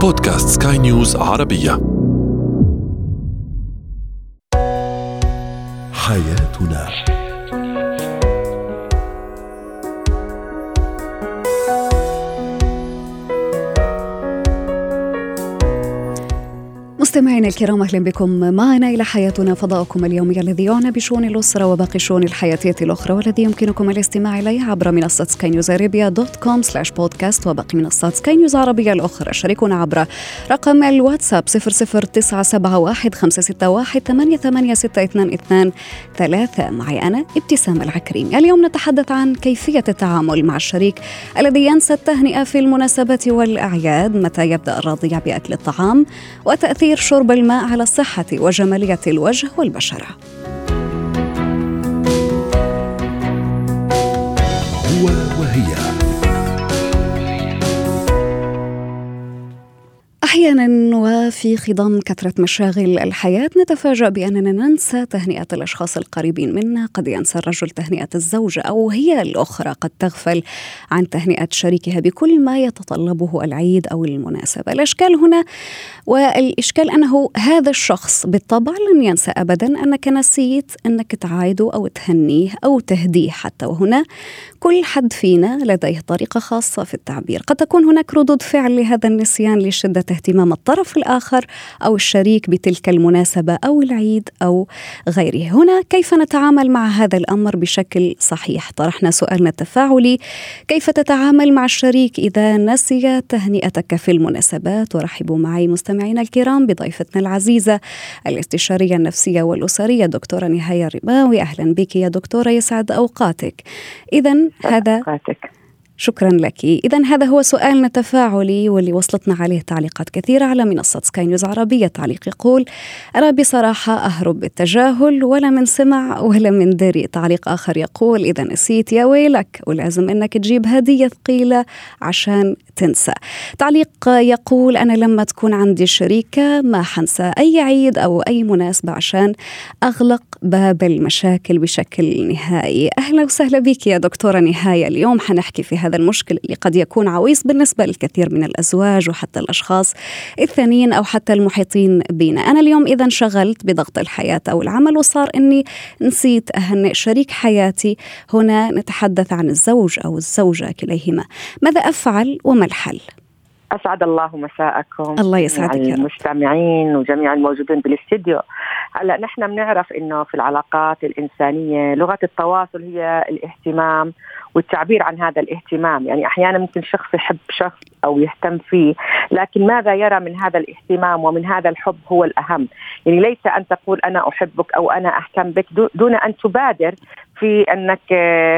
بودكاست سكاي نيوز عربية. حياتنا. مستمعينا الكرام، أهلا بكم معنا إلى حياتنا، فضاؤكم اليومي الذي يعنى بشؤون الأسرة وباقي الشؤون الحياتية الأخرى، والذي يمكنكم الاستماع إليه عبر منصة skynewsarabia.com/podcast وباقي منصات سكاي نيوز عربية الأخرى. شاركونا عبر رقم الواتساب 00971 561 886223. معي أنا ابتسام العكريم. اليوم نتحدث عن كيفية التعامل مع الشريك الذي ينسى التهنئة في المناسبات والأعياد، متى يبدأ الرضيع بأكل الطعام، وتأثير شرب الماء على الصحة وجمالية الوجه والبشرة. هو وهي. أحيانا وفي خضم كثرة مشاغل الحياة نتفاجأ بأننا ننسى تهنئة الأشخاص القريبين منا. قد ينسى الرجل تهنئة الزوجة، أو هي الأخرى قد تغفل عن تهنئة شريكها بكل ما يتطلبه العيد أو المناسبة. الإشكال هنا، والإشكال أنه هذا الشخص بالطبع لن ينسى أبدا أنك نسيت أنك تعايده أو تهنيه أو تهديه حتى. وهنا كل حد فينا لديه طريقة خاصة في التعبير. قد تكون هناك ردود فعل لهذا النسيان لشدة اهتمام الطرف الآخر أو الشريك بتلك المناسبة أو العيد أو غيره. هنا كيف نتعامل مع هذا الأمر بشكل صحيح؟ طرحنا سؤالنا التفاعلي: كيف تتعامل مع الشريك إذا نسي تهنئتك في المناسبات؟ ورحبوا معي مستمعينا الكرام بضيفتنا العزيزة الاستشارية النفسية والأسرية دكتورة نهاية الرباوي. أهلا بك يا دكتورة، يسعد أوقاتك. شكرا لك. إذن هذا هو سؤالنا التفاعلي واللي وصلتنا عليه تعليقات كثيرة على منصة سكاي نيوز عربية. تعليق يقول: أنا بصراحة أهرب بالتجاهل، ولا من سمع ولا من دري. تعليق آخر يقول: إذا نسيت يا ويلك، ولازم أنك تجيب هدية ثقيلة عشان تنسى. تعليق يقول: أنا لما تكون عندي شريكة ما حنسى أي عيد أو أي مناسبة عشان أغلق باب المشاكل بشكل نهائي. أهلا وسهلا بك يا دكتورة نهاية. اليوم حنحكي في هذا المشكل اللي قد يكون عويص بالنسبة للكثير من الأزواج وحتى الأشخاص الثانيين أو حتى المحيطين بنا. أنا اليوم إذا انشغلت بضغط الحياة أو العمل وصار أني نسيت أهنئ شريك حياتي. هنا نتحدث عن الزوج أو الزوجة كليهما. ماذا أفعل وما الحل؟ أسعد الله مساءكم. الله يسعدك يا رب. المستمعين وجميع الموجودين بالاستديو. هلا نحن بنعرف إنه في العلاقات الإنسانية لغة التواصل هي الاهتمام والتعبير عن هذا الاهتمام. يعني أحيانا ممكن شخص يحب شخص أو يهتم فيه، لكن ماذا يرى من هذا الاهتمام ومن هذا الحب هو الأهم. يعني ليس أن تقول أنا أحبك أو أنا أهتم بك دون أن تبادر في أنك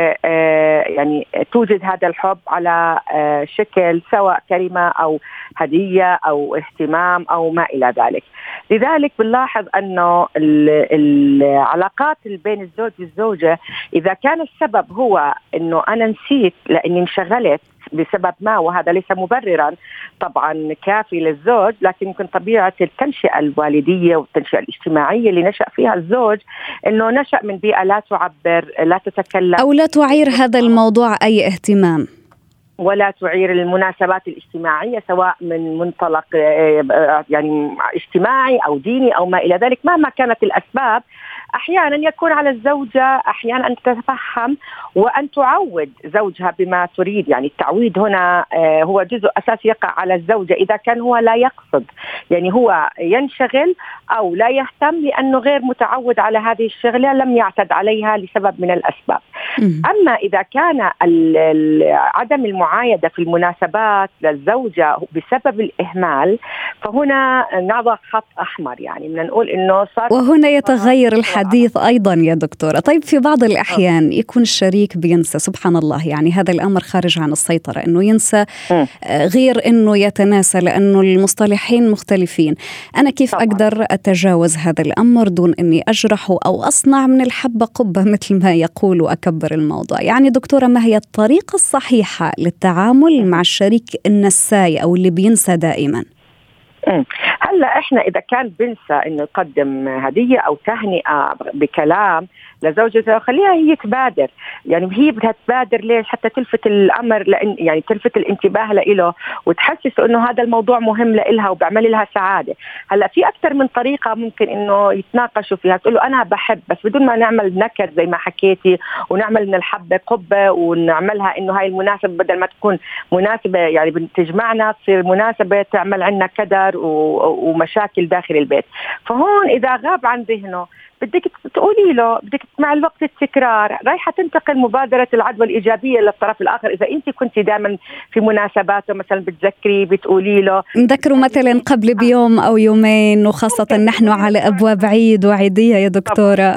يعني توجد هذا الحب على شكل سواء كلمة أو هدية أو اهتمام أو ما إلى ذلك. لذلك بنلاحظ أنه العلاقات بين الزوج والزوجة إذا كان السبب هو أنه أنا نسيت لأني انشغلت بسبب ما، وهذا ليس مبررا طبعا كافي للزوج، لكن يمكن طبيعة التنشئة الوالدية والتنشئة الاجتماعية اللي نشأ فيها الزوج أنه نشأ من بيئة لا تعبر، لا تتكلم أو لا تعير هذا الموضوع أي اهتمام، ولا تعير المناسبات الاجتماعية سواء من منطلق يعني اجتماعي أو ديني أو ما إلى ذلك. مهما كانت الأسباب، أحيانا يكون على الزوجة أحيانا أن تتفهم وأن تعود زوجها بما تريد. يعني التعويد هنا هو جزء أساسي يقع على الزوجة إذا كان هو لا يقصد، يعني هو ينشغل أو لا يهتم لأنه غير متعود على هذه الشغلة، لم يعتد عليها لسبب من الأسباب. أما إذا كان عدم المعايدة في المناسبات للزوجة بسبب الإهمال، فهنا نضع خط أحمر. يعني بدنا نقول إنه صار، وهنا يتغير الحديث أيضا يا دكتورة. طيب في بعض الأحيان يكون الشريك بينسى، سبحان الله، يعني هذا الأمر خارج عن السيطرة إنه ينسى غير إنه يتناسى، لأنه المصطلحين مختلفين. أنا كيف أقدر أتجاوز هذا الأمر دون أني أجرحه أو أصنع من الحبة قبة مثل ما يقول وأكبر الموضوع؟ يعني دكتورة، ما هي الطريقة الصحيحة للتعامل مع الشريك النساي أو اللي بينسى دائما؟ هلا احنا اذا كان بنسى انه يقدم هديه او تهنئه بكلام، لزوجته، خليها هي تبادر. يعني هي بدها تبادر ليش؟ حتى تلفت الأمر لأن يعني تلفت الانتباه له وتحسس إنه هذا الموضوع مهم لإلها وبعمل لها سعادة. هلا في أكثر من طريقة ممكن إنه يتناقشوا فيها، تقول له أنا بحب، بس بدون ما نعمل نكد زي ما حكيتي ونعمل من الحبة قبة ونعملها إنه هاي المناسبة بدل ما تكون مناسبة يعني بتجمعنا تصير مناسبة تعمل عنا كدر ومشاكل داخل البيت. فهون إذا غاب عن ذهنه بدك تقولي له، بدك مع الوقت التكرار رايحة تنتقل مبادرة العدوى الإيجابية للطرف الآخر. إذا أنت كنت دائما في مناسباته مثلا بتذكري بتقولي له، نذكره مثلا قبل بيوم أو يومين، وخاصة نحن على أبواب عيد وعيدية يا دكتورة.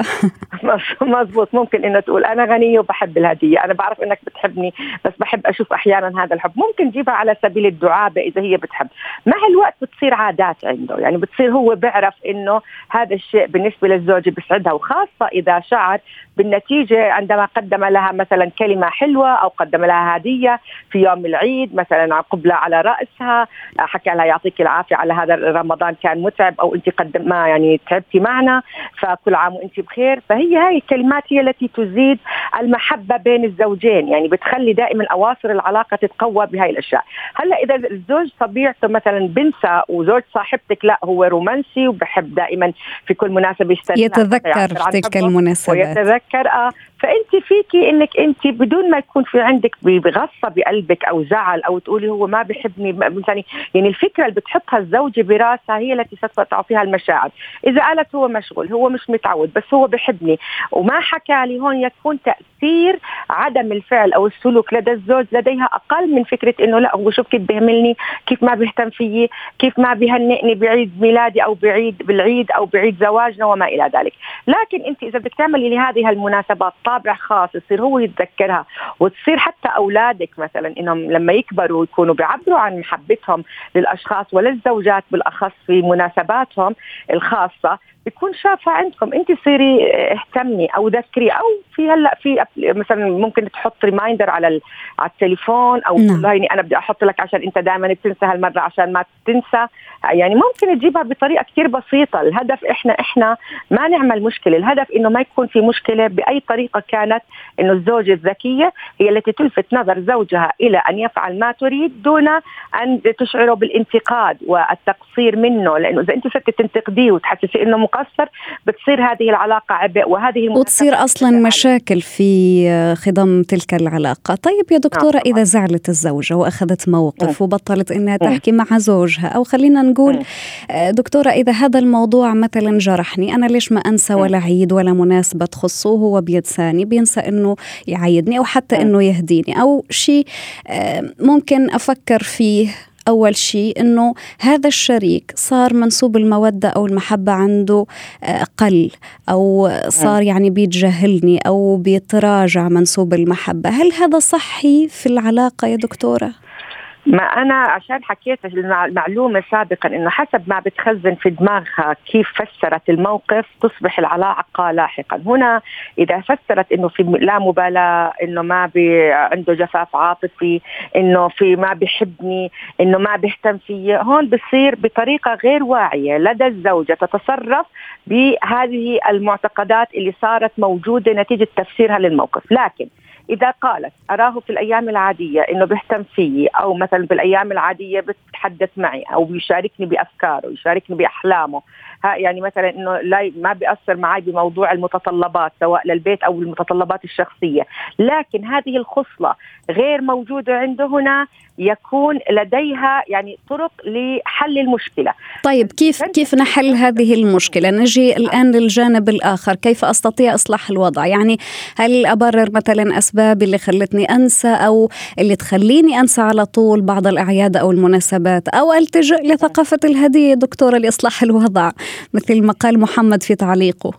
مزبوط. ممكن إنه تقول أنا غنية وبحب الهدية، أنا بعرف إنك بتحبني بس بحب أشوف أحيانا هذا الحب. ممكن تجيبها على سبيل الدعابة إذا هي بتحب. مع الوقت بتصير عادات عنده، يعني بتصير هو بيعرف إنه هذا الشيء بالنسبة للزوج بيسعدها، وخاصة إذا شعر بالنتيجة عندما قدم لها مثلا كلمة حلوة أو قدم لها هدية في يوم العيد، مثلا قبلة على رأسها، حكى لها يعطيك العافية على هذا رمضان كان متعب، أو أنت قدم ما يعني تعبتي معنا فكل عام وأنت بخير. فهي هاي الكلمات هي التي تزيد المحبة بين الزوجين، يعني بتخلي دائما أواصر العلاقة تتقوى بهاي الأشياء. هلأ إذا الزوج طبيعته مثلا بنسى وزوج صاحبتك لا هو رومانسي وبحب دائما في كل مناسبة يتذكر تلك المناسبات ويتذكر فأنت فيكي إنك أنت بدون ما يكون في عندك بغصة بقلبك أو زعل أو تقولي هو ما بيحبني مثلا، يعني الفكرة اللي بتحطها الزوجة براسها هي التي ستقطع فيها المشاعر. إذا قالت هو مشغول، هو مش متعود، بس هو بيحبني وما حكى لي، هون يكون تأثير عدم الفعل أو السلوك لدى الزوج لديها أقل من فكرة إنه لا هو شوف كيف بيهملني، كيف ما بيهتم فيي، كيف ما بيهنئني بعيد ميلادي أو بالعيد أو بعيد زواجنا وما إلى ذلك. لكن أنت إذا بدك تعملي لهذه المناسبات طابع خاص يصير هو يتذكرها، وتصير حتى أولادك مثلا إنهم لما يكبروا يكونوا بيعبروا عن محبتهم للأشخاص وللزوجات بالأخص في مناسباتهم الخاصة، بيكون شافها عندكم. انت صيري اهتمي او ذكري، او في هلا في مثلا ممكن تحط ريمايندر على التليفون، او تقول له انا بدي احط لك عشان انت دائما بتنسى هالمره عشان ما تنسى. يعني ممكن تجيبها بطريقه كتير بسيطه. الهدف احنا ما نعمل مشكله، الهدف انه ما يكون في مشكله باي طريقه كانت. انه الزوجه الذكيه هي التي تلفت نظر زوجها الى ان يفعل ما تريد دون ان تشعره بالانتقاد والتقصير منه، لانه اذا انت صرتي تنتقديه وتحسسي انه مقصر بتصير هذه العلاقة عبء، وهذه وتصير أصلا مشاكل في خضم تلك العلاقة. طيب يا دكتورة، إذا زعلت الزوجة وأخذت موقف وبطلت إنها تحكي مع زوجها، أو خلينا نقول دكتورة إذا هذا الموضوع مثلا جرحني، أنا ليش ما أنسى ولا عيد ولا مناسبة تخصه هو بينساني، بينسى إنه يعيدني أو حتى إنه يهديني، أو شيء ممكن أفكر فيه. أول شيء إنه هذا الشريك صار منسوب المودة أو المحبة عنده قل، أو صار يعني بيتجاهلني أو بيتراجع منسوب المحبة. هل هذا صحي في العلاقة يا دكتورة؟ ما أنا عشان حكيت المعلومة سابقا إنه حسب ما بتخزن في دماغها كيف فسرت الموقف تصبح العلاقة لاحقا. هنا إذا فسرت إنه في لا مبالاة، إنه ما عنده جفاف عاطفي، إنه في ما بيحبني، إنه ما بيهتم فيي، هون بصير بطريقة غير واعية لدى الزوجة تتصرف بهذه المعتقدات اللي صارت موجودة نتيجة تفسيرها للموقف. لكن إذا قالت أراه في الأيام العادية إنه بيهتم فيي، أو مثلا بالأيام العادية بتحدث معي أو بيشاركني بأفكاره يشاركني بأحلامه، يعني مثلا إنه لا ما بيأثر معي بموضوع المتطلبات سواء للبيت أو المتطلبات الشخصية، لكن هذه الخصلة غير موجودة عنده، هنا يكون لديها يعني طرق لحل المشكلة. طيب كيف نحل هذه المشكلة؟ نجي الآن للجانب الآخر، كيف أستطيع إصلاح الوضع؟ يعني هل أبرر مثلا أسباب اللي خلتني أنسى أو اللي تخليني أنسى على طول بعض الأعياد أو المناسبات، أو ألتجئ لثقافة الهدية دكتورة لإصلاح الوضع مثل ما قال محمد في تعليقه؟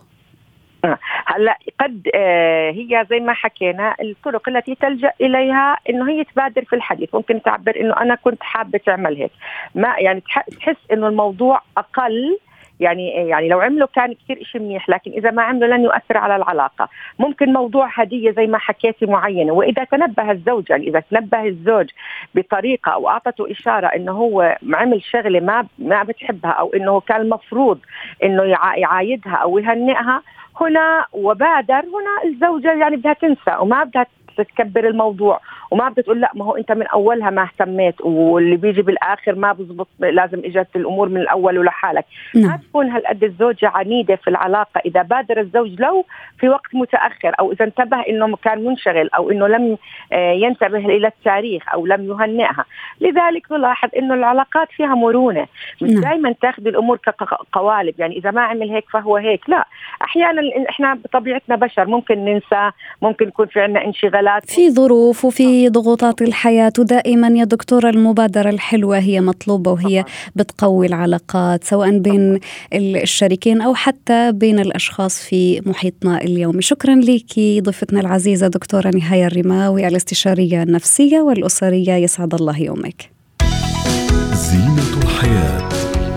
هلا قد هي زي ما حكينا الطرق التي تلجأ إليها إنه هي تبادر في الحديث. ممكن تعبر إنه أنا كنت حابة تعمل هيك، ما يعني تحس إنه الموضوع أقل، يعني لو عمله كان كثير إشي منيح، لكن إذا ما عمله لن يؤثر على العلاقة. ممكن موضوع هدية زي ما حكيتي معينة، وإذا تنبه الزوج، يعني إذا تنبه الزوج بطريقة أو أعطته إشارة إنه هو عمل شغلة ما بتحبها، أو إنه كان المفروض إنه يعايدها أو يهنئها، هنا وبادر هنا الزوجة يعني بدها تنسى وما بدها تكبر الموضوع وما بدها تقول لا ما هو انت من اولها ما اهتميت واللي بيجي بالاخر ما بزبط، لازم اجت الامور من الاول ولحالك. ما تكون هالقد الزوجة عنيدة في العلاقة اذا بادر الزوج لو في وقت متاخر، او اذا انتبه انه كان منشغل، او انه لم ينتبه الى التاريخ او لم يهنئها. لذلك نلاحظ انه العلاقات فيها مرونة، مش دائما تاخذ الامور كقوالب، يعني اذا ما عمل هيك فهو هيك، لا، احيانا احنا بطبيعتنا بشر ممكن ننسى، ممكن يكون في عندنا انشغالات، في ظروف وفي ضغوطات الحياة. ودائما يا دكتورة المبادرة الحلوة هي مطلوبة، وهي بتقوي العلاقات سواء بين الشريكين أو حتى بين الأشخاص في محيطنا اليومي. شكرا لك ضيفتنا العزيزة دكتورة نهاية الرماوي، الاستشارية النفسية والأسرية. يسعد الله يومك. زينة الحياة.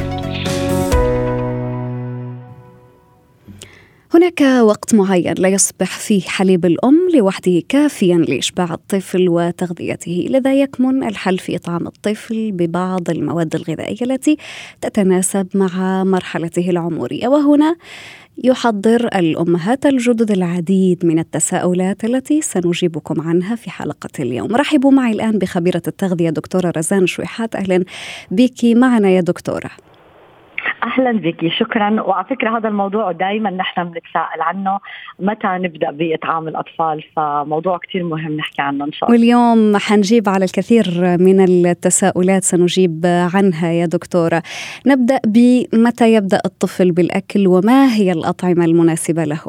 هناك وقت معين لا يصبح فيه حليب الأم لوحده كافيا لإشباع الطفل وتغذيته، لذا يكمن الحل في إطعام الطفل ببعض المواد الغذائية التي تتناسب مع مرحلته العمرية. وهنا يحضر الأمهات الجدد العديد من التساؤلات التي سنجيبكم عنها في حلقة اليوم. رحبوا معي الآن بخبيرة التغذية دكتورة رزان شويحات. أهلا بك معنا يا دكتورة. أهلا بك، شكرا. وعلى فكرة هذا الموضوع دائما نحن بنتساءل عنه، متى نبدأ بإطعام الأطفال، فموضوع كتير مهم نحكي عنه إن شاء الله. واليوم حنجيب على الكثير من التساؤلات سنجيب عنها يا دكتورة. نبدأ بمتى يبدأ الطفل بالأكل وما هي الأطعمة المناسبة له؟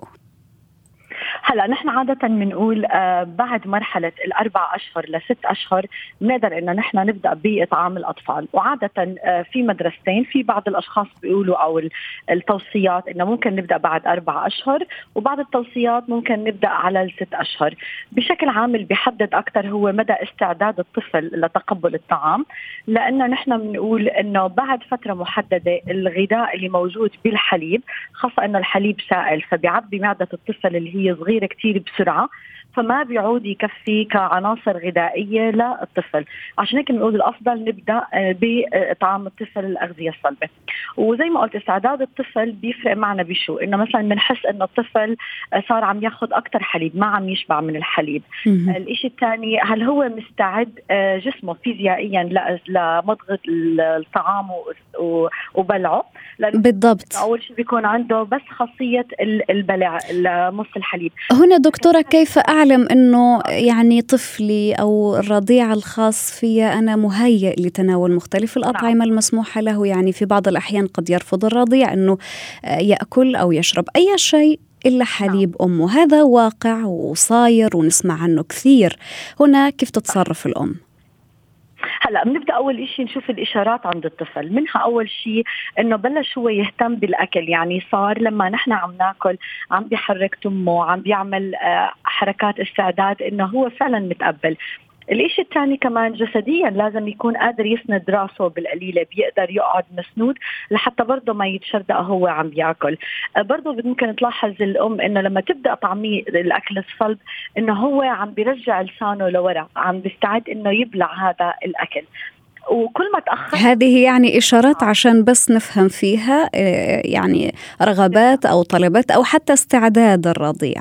هلا نحن عادة بنقول بعد مرحلة 4 أشهر ل6 أشهر بنقدر إنه نحن نبدأ بإطعام الأطفال. وعادة في مدرستين، في بعض الأشخاص بيقولوا أو التوصيات إنه ممكن نبدأ بعد 4 أشهر، وبعض التوصيات ممكن نبدأ على 6 أشهر. بشكل عام اللي بيحدد أكتر هو مدى استعداد الطفل لتقبل الطعام، لأنه نحن بنقول إنه بعد فترة محددة الغذاء اللي موجود بالحليب، خاصة إنه الحليب سائل فبيعبي معدة الطفل اللي هي صغيرة كتير بسرعة، فما بيعود يكفي كعناصر غذائية للطفل. عشان هيك بنقول الأفضل نبدأ بإطعام الطفل الأغذية الصلبة. وزي ما قلت استعداد الطفل بيفرق معنا بشو، إنه مثلا بنحس إنه الطفل صار عم ياخد أكتر حليب، ما عم يشبع من الحليب. الإشي الثاني، هل هو مستعد جسمه فيزيائيا لمضغ الطعام وبلعه؟ بالضبط. أول شيء بيكون عنده بس خاصية البلع نص الحليب. هنا دكتورة كيف أعلم أنه يعني طفلي أو الرضيع الخاص فيا أنا مهيئ لتناول مختلف الأطعمة المسموحة له؟ يعني في بعض الأحيان قد يرفض الرضيع أنه يأكل أو يشرب أي شيء إلا حليب أمه. هذا واقع وصاير ونسمع عنه كثير. هنا كيف تتصرف الأم؟ هلا بنبدا اول إشي نشوف الاشارات عند الطفل، منها اول شيء انه بلش هو يهتم بالاكل، يعني صار لما نحن عم ناكل عم بيحرك تمه، عم بيعمل حركات استعداد انه هو فعلا متقبل. الإشي الثاني كمان جسديا لازم يكون قادر يسند راسه بالقليلة، بيقدر يقعد مسنود لحتى برضه ما يتشردق هو عم بياكل. برضه ممكن تلاحظ الأم إنه لما تبدأ طعميه الأكل الصلب إنه هو عم بيرجع لسانه لورا، عم بيستعد إنه يبلع هذا الأكل. وكل ما تأخر، هذه يعني إشارات عشان بس نفهم فيها يعني رغبات أو طلبات أو حتى استعداد الرضيع.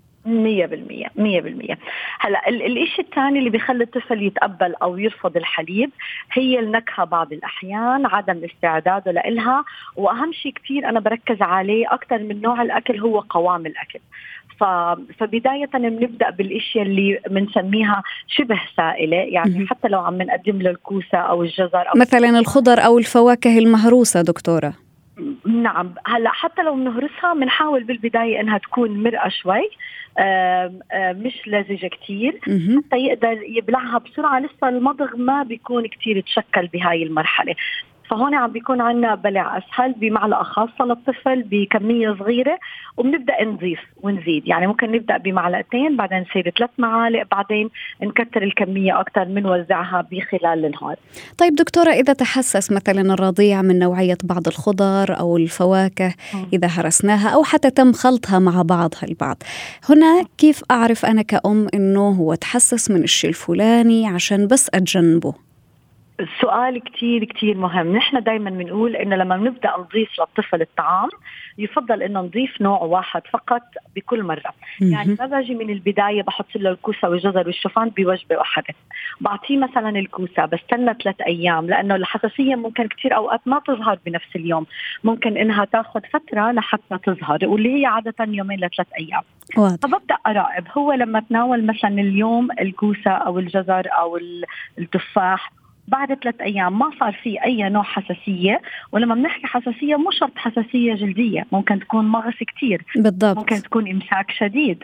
100%. هلا الإشي الثاني اللي بيخلي الطفل يتقبل أو يرفض الحليب هي النكهة، بعض الأحيان عدم استعداده لإلها. وأهم شيء كتير أنا بركز عليه أكتر من نوع الأكل هو قوام الأكل. فبداية بنبدأ بالإشياء اللي بنسميها شبه سائلة، يعني حتى لو عم نقدم له الكوسة أو الجزر أو مثلا الخضر أو الفواكه المهروسة دكتورة. نعم. هلا حتى لو بنهرسها بنحاول بالبداية انها تكون مرقة شوي، مش لزجة كتير، حتى يقدر يبلعها بسرعة. لسه المضغ ما بيكون كتير تشكل بهاي المرحلة، فهون عم بيكون عنا بلع أسهل بمعلقة خاصة للطفل بكمية صغيرة، وبنبدأ نضيف ونزيد. يعني ممكن نبدأ بمعلقتين، بعدين نصير 3 معالق، بعدين نكتر الكمية أكتر من وزعها بخلال النهار. طيب دكتورة، إذا تحسس مثلا الرضيع من نوعية بعض الخضر أو الفواكه إذا هرسناها أو حتى تم خلطها مع بعضها البعض، هنا كيف أعرف أنا كأم إنه هو تحسس من الشيء الفلاني عشان بس أتجنبه؟ السؤال كتير كتير مهم. نحن دايما بنقول إنه لما بنبدأ نضيف للطفل الطعام يفضل إنه نضيف نوع واحد فقط بكل مرة. يعني ما باجي من البداية بحط له الكوسة والجزر والشوفان بوجبة واحدة، بعطيه مثلا الكوسة بستنى 3 أيام، لأنه الحساسية ممكن كتير أوقات ما تظهر بنفس اليوم، ممكن إنها تاخد فترة لحتى تظهر، واللي هي عادة 2 ل 3 أيام. فببدأ أراقب هو لما تناول مثلا اليوم الكوسة أو الجزر أو التفاح، بعد 3 أيام ما صار فيه أي نوع حساسية. ولما بنحكي حساسية مو شرط حساسية جلدية، ممكن تكون مغص كتير، بالضبط. ممكن تكون إمساك شديد،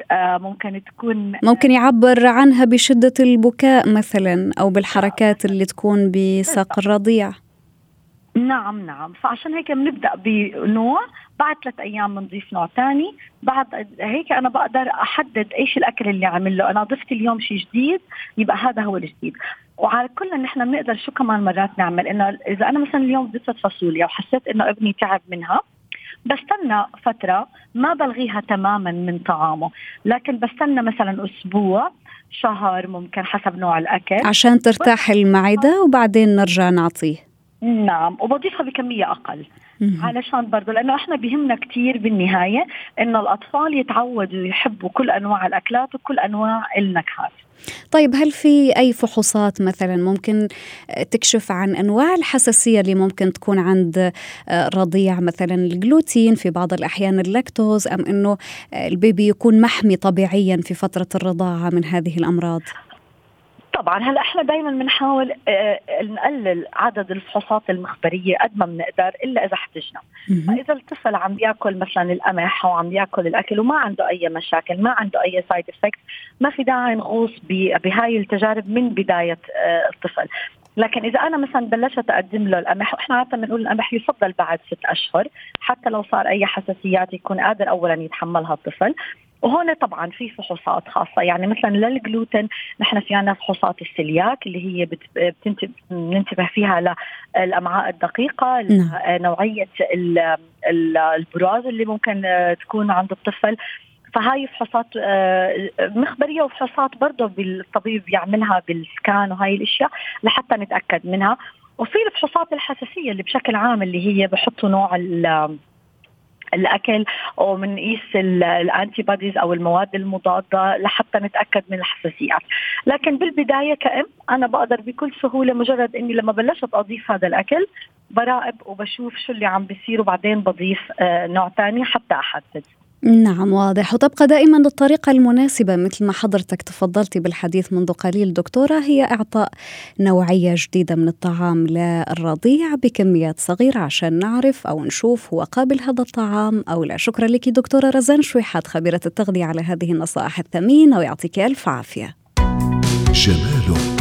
ممكن يعبر عنها بشدة البكاء مثلا أو بالحركات اللي تكون بساق الرضيع. نعم. فعشان هيك بنبدأ بنوع، بعد 3 أيام بنضيف نوع تاني، بعد هيك أنا بقدر أحدد إيش الأكل اللي عمل له. أنا ضفت اليوم شيء جديد، يبقى هذا هو الجديد. وعلى كل نحن بنقدر شو كمان مرات نعمل، إنه إذا أنا مثلا اليوم ضفت فاصوليا وحسيت إنه ابني تعب منها، بستنى فترة، ما بلغيها تماما من طعامه، لكن بستنى مثلا أسبوع، شهر، ممكن حسب نوع الأكل، عشان ترتاح المعدة وبعدين نرجع نعطيه. نعم، وبضيفها بكمية أقل علشان برضو، لأنه إحنا بيهمنا كتير بالنهاية إنه الأطفال يتعودوا يحبوا كل أنواع الأكلات وكل أنواع النكهات. طيب، هل في أي فحوصات مثلا ممكن تكشف عن أنواع الحساسية اللي ممكن تكون عند رضيع، مثلا الجلوتين، في بعض الأحيان اللاكتوز، أم أنه البيبي يكون محمي طبيعيا في فترة الرضاعة من هذه الأمراض؟ طبعا هلا احنا دائما بنحاول نقلل عدد الفحوصات المخبريه قد ما بنقدر، الا اذا احتجنا. فاذا الطفل عم بياكل مثلا القمح او عم بياكل الاكل وما عنده اي مشاكل، ما عنده اي سايد افكت، ما في داعي نغوص بهاي التجارب من بدايه الطفل. لكن إذا أنا مثلا بلشت أقدم له القمح، وإحنا عادة بنقول القمح يفضل بعد 6 أشهر، حتى لو صار أي حساسيات يكون قادر أولا يتحملها الطفل. وهون طبعا في فحوصات خاصة، يعني مثلا للجلوتين نحن في عنا فحوصات السيلياك اللي هي بننتبه فيها للأمعاء الدقيقة، نوعية البراز اللي ممكن تكون عند الطفل. فهاي فحوصات مخبرية، وفحوصات برضو بالطبيب يعملها بالسكان وهاي الاشياء لحتى نتأكد منها. وفي الفحوصات الحساسية اللي بشكل عام اللي هي بحطوا نوع الأكل ومنقيس الأنتي بوديز أو المواد المضادة لحتى نتأكد من الحساسيات. لكن بالبداية كأم أنا بقدر بكل سهولة، مجرد إني لما بلشت أضيف هذا الأكل براقب وبشوف شو اللي عم بيصير، وبعدين بضيف نوع تاني حتى أحدد. نعم، واضح. وتبقى دائما الطريقة المناسبة مثل ما حضرتك تفضلتي بالحديث منذ قليل دكتورة، هي إعطاء نوعية جديدة من الطعام للرضيع بكميات صغيرة عشان نعرف أو نشوف هو قابل هذا الطعام أو لا. شكرا لك دكتورة رزان شويحات، خبيرة التغذية، على هذه النصائح الثمينة، ويعطيك ألف عافية. جمالك.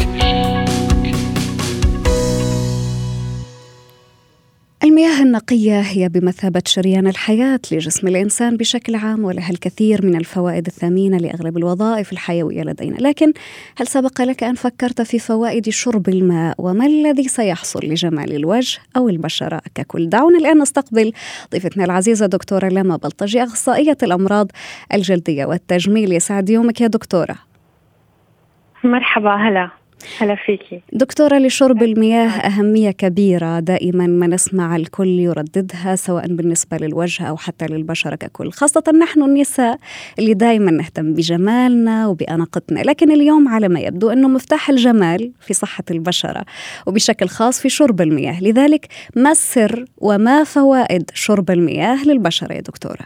المياه النقية هي بمثابة شريان الحياة لجسم الإنسان بشكل عام، ولها الكثير من الفوائد الثمينة لأغلب الوظائف الحيوية لدينا. لكن هل سبق لك أن فكرت في فوائد شرب الماء وما الذي سيحصل لجمال الوجه أو البشرة ككل؟ دعونا الآن نستقبل ضيفتنا العزيزة دكتورة لما بلطجي، أخصائية الأمراض الجلدية والتجميل. يسعد يومك يا دكتورة. مرحبا، هلا فيكي دكتورة. لشرب المياه أهمية كبيرة، دائما ما نسمع الكل يرددها، سواء بالنسبة للوجه أو حتى للبشرة ككل، خاصة نحن النساء اللي دائما نهتم بجمالنا وبأناقتنا. لكن اليوم على ما يبدو أنه مفتاح الجمال في صحة البشرة وبشكل خاص في شرب المياه. لذلك ما السر وما فوائد شرب المياه للبشرة يا دكتورة؟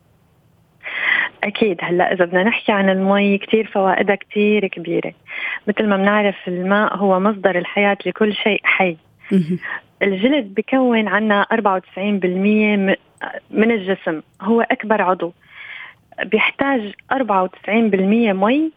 أكيد. هلأ إذا بدنا نحكي عن المي، كتير فوائدها كتير كبيرة. مثل ما بنعرف الماء هو مصدر الحياة لكل شيء حي. الجلد بيكون عنا 94% من الجسم، هو أكبر عضو، بيحتاج 94% مي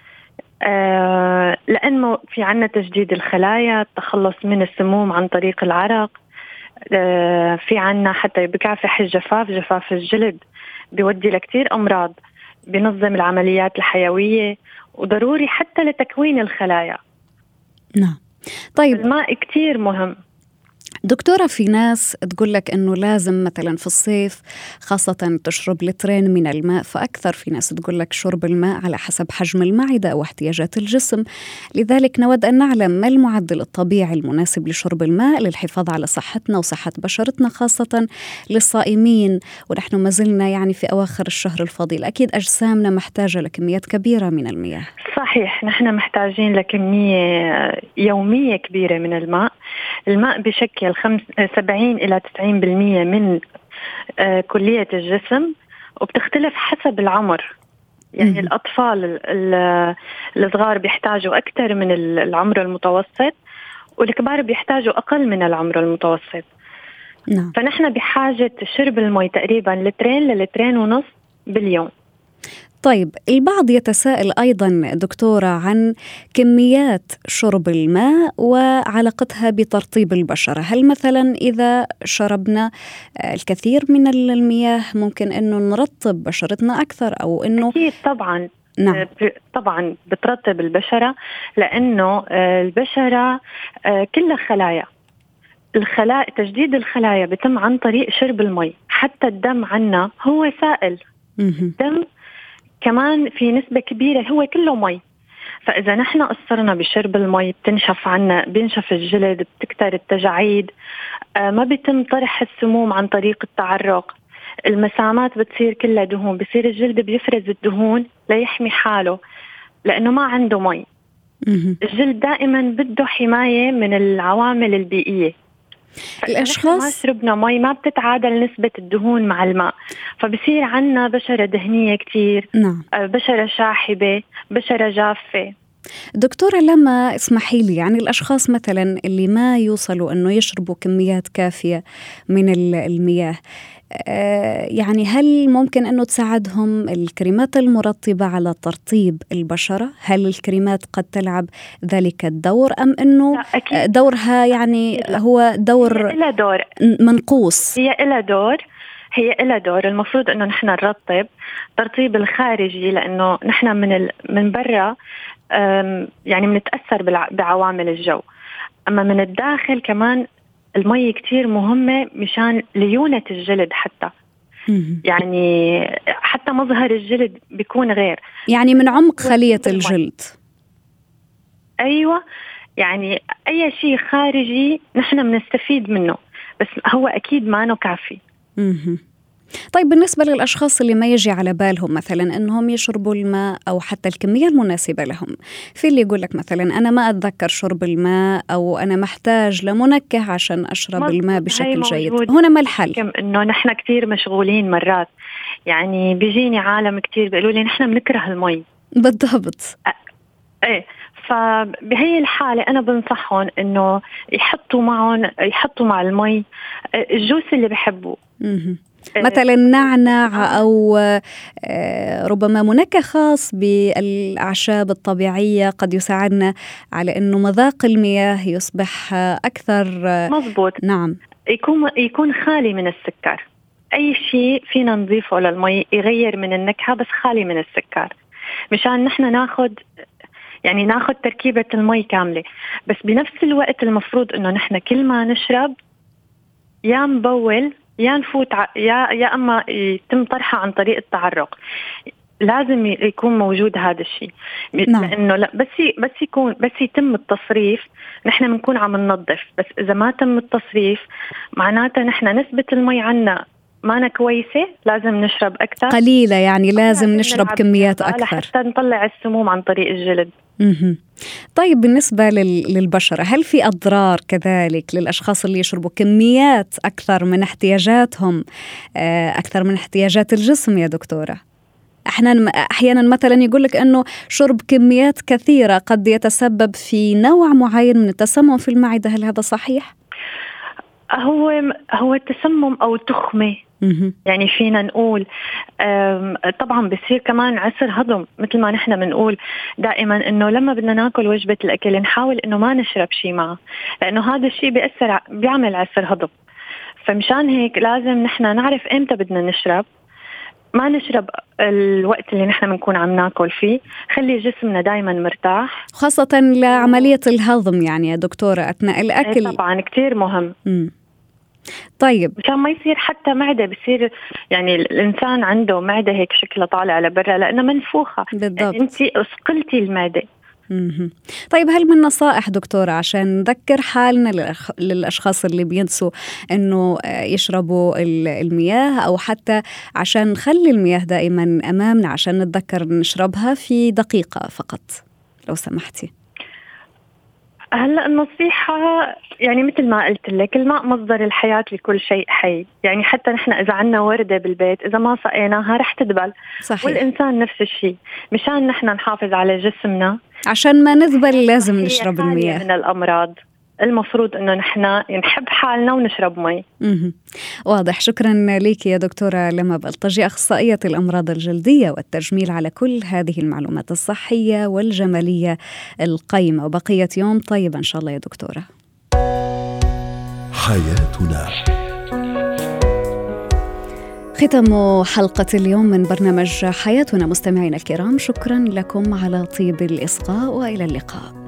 لأنه في عنا تجديد الخلايا، التخلص من السموم عن طريق العرق، في عنا حتى بكافح الجفاف، جفاف الجلد بيودي لكتير أمراض، بينظم العمليات الحيوية، وضروري حتى لتكوين الخلايا. نعم. طيب، الماء كتير مهم. دكتورة، في ناس تقول لك أنه لازم مثلا في الصيف خاصة تشرب لترين من الماء فأكثر، في ناس تقول لك شرب الماء على حسب حجم المعدة أو احتياجات الجسم. لذلك نود أن نعلم ما المعدل الطبيعي المناسب لشرب الماء للحفاظ على صحتنا وصحة بشرتنا خاصة للصائمين، ونحن ما زلنا يعني في أواخر الشهر الفضيل. أكيد أجسامنا محتاجة لكميات كبيرة من المياه. صحيح، نحن محتاجين لكمية يومية كبيرة من الماء. الماء بشكل 70 إلى 90% من كلية الجسم، وبتختلف حسب العمر. يعني الأطفال الصغار بيحتاجوا أكثر من العمر المتوسط، والكبار بيحتاجوا أقل من العمر المتوسط. نعم. فنحن بحاجة شرب الماء تقريبا لترين للترين ونص باليوم. طيب، البعض يتساءل أيضا دكتورة عن كميات شرب الماء وعلاقتها بترطيب البشرة. هل مثلا إذا شربنا الكثير من المياه ممكن أنه نرطب بشرتنا أكثر أو أنه؟ أكيد طبعا. نعم. طبعا بترطب البشرة، لأنه البشرة كلها خلايا. تجديد الخلايا بتم عن طريق شرب الماء. حتى الدم عنا هو سائل. الدم كمان في نسبة كبيرة هو كله مي. فإذا نحن قصرنا بشرب المي بتنشف عنا، بينشف الجلد، بتكتر التجاعيد، ما بيتم طرح السموم عن طريق التعرق، المسامات بتصير كلها دهون، بصير الجلد بيفرز الدهون ليحمي حاله لأنه ما عنده مي. الجلد دائما بده حماية من العوامل البيئية. الأشخاص ما شربنا مي ما بتتعادل نسبة الدهون مع الماء، فبصير عنا بشرة دهنية كتير. نعم. بشرة شاحبة، بشرة جافة. دكتورة لما اسمحي لي، يعني الأشخاص مثلا اللي ما يوصلوا أنه يشربوا كميات كافية من المياه، يعني هل ممكن أنه تساعدهم الكريمات المرطبة على ترطيب البشرة؟ هل الكريمات قد تلعب ذلك الدور أم أنه دورها يعني هو دور منقوص؟ هي إلها دور. المفروض أنه نحن نرطب ترطيب الخارجي، لأنه نحن من برا يعني منتأثر بعوامل الجو، أما من الداخل كمان المي كتير مهمة مشان ليونة الجلد. حتى يعني حتى مظهر الجلد بيكون غير، يعني من عمق خلية الجلد. أيوة، يعني أي شيء خارجي نحن بنستفيد منه، بس هو أكيد ما كافي. طيب، بالنسبة للأشخاص اللي ما يجي على بالهم مثلا أنهم يشربوا الماء أو حتى الكمية المناسبة لهم، في اللي يقول لك مثلا أنا ما أتذكر شرب الماء أو أنا محتاج لمنكه عشان أشرب الماء بشكل جيد، هنا ما الحل؟ إنه نحن كتير مشغولين مرات. يعني بيجيني عالم كتير بيقولوا لي نحن بنكره المي. بالضبط. إيه، فبهي الحالة أنا بنصحهم إنه يحطوا مع المي الجوس اللي بحبوه، مثلا نعناع أو ربما منكه خاص بالأعشاب الطبيعية قد يساعدنا على أنه مذاق المياه يصبح أكثر مضبوط. نعم. يكون خالي من السكر. أي شيء فينا نضيفه للمي يغير من النكهة بس خالي من السكر، مشان نحن ناخد تركيبة المي كاملة. بس بنفس الوقت المفروض إنه نحن كل ما نشرب يا نبول يا نفوت يا أما يتم طرحها عن طريق التعرق. لازم يكون موجود هذا الشيء. نعم. لأنه بس يتم التصريف نحن بنكون عم ننظف. بس إذا ما تم التصريف معناته نحن نسبة المي عنا مانا كويسة، لازم نشرب أكثر قليلة، يعني لازم نشرب كميات أكثر حتى نطلع السموم عن طريق الجلد. طيب، بالنسبة للبشرة، هل في أضرار كذلك للأشخاص اللي يشربوا كميات أكثر من احتياجاتهم، أكثر من احتياجات الجسم يا دكتورة؟ أحيانا مثلا يقول لك أنه شرب كميات كثيرة قد يتسبب في نوع معين من التسمم في المعدة، هل هذا صحيح؟ هو التسمم أو تخمة. يعني فينا نقول طبعا بصير كمان عسر هضم، مثل ما نحن بنقول دائما انه لما بدنا ناكل وجبة الاكل نحاول انه ما نشرب شيء معه، لانه هذا الشيء بيعمل عسر هضم. فمشان هيك لازم نحن نعرف امتى بدنا نشرب، ما نشرب الوقت اللي نحن بنكون عم ناكل فيه، خلي جسمنا دايما مرتاح، خاصة لعملية الهضم يعني يا دكتورة أثناء الأكل. طبعا كتير مهم. طيب عشان ما يصير حتى معدة بصير يعني الإنسان عنده معدة هيك شكلها طالع لبرا لأنها منفوخة. بالضبط. يعني أنت أثقلتي المعدة. طيب هل من نصائح دكتورة عشان نذكر حالنا للأشخاص اللي بينسوا أنه يشربوا المياه، أو حتى عشان نخلي المياه دائما أمامنا عشان نتذكر نشربها في دقيقة فقط لو سمحتي؟ هلا النصيحة يعني مثل ما قلت لك، الماء مصدر الحياة لكل شيء حي. يعني حتى نحن إذا عنا وردة بالبيت إذا ما سقيناها رح تدبل. صحيح. والإنسان نفس الشيء. مشان نحن نحافظ على جسمنا عشان ما نذبل لازم نشرب المياه. من الأمراض المفروض أنه نحن نحب حالنا ونشرب مي. واضح. شكرا لك يا دكتورة لما بلطجي، أخصائية الأمراض الجلدية والتجميل، على كل هذه المعلومات الصحية والجمالية القيمة، وبقية يوم طيب إن شاء الله يا دكتورة. حياتنا. ختام حلقة اليوم من برنامج حياتنا. مستمعينا الكرام، شكرا لكم على طيب الإصغاء وإلى اللقاء.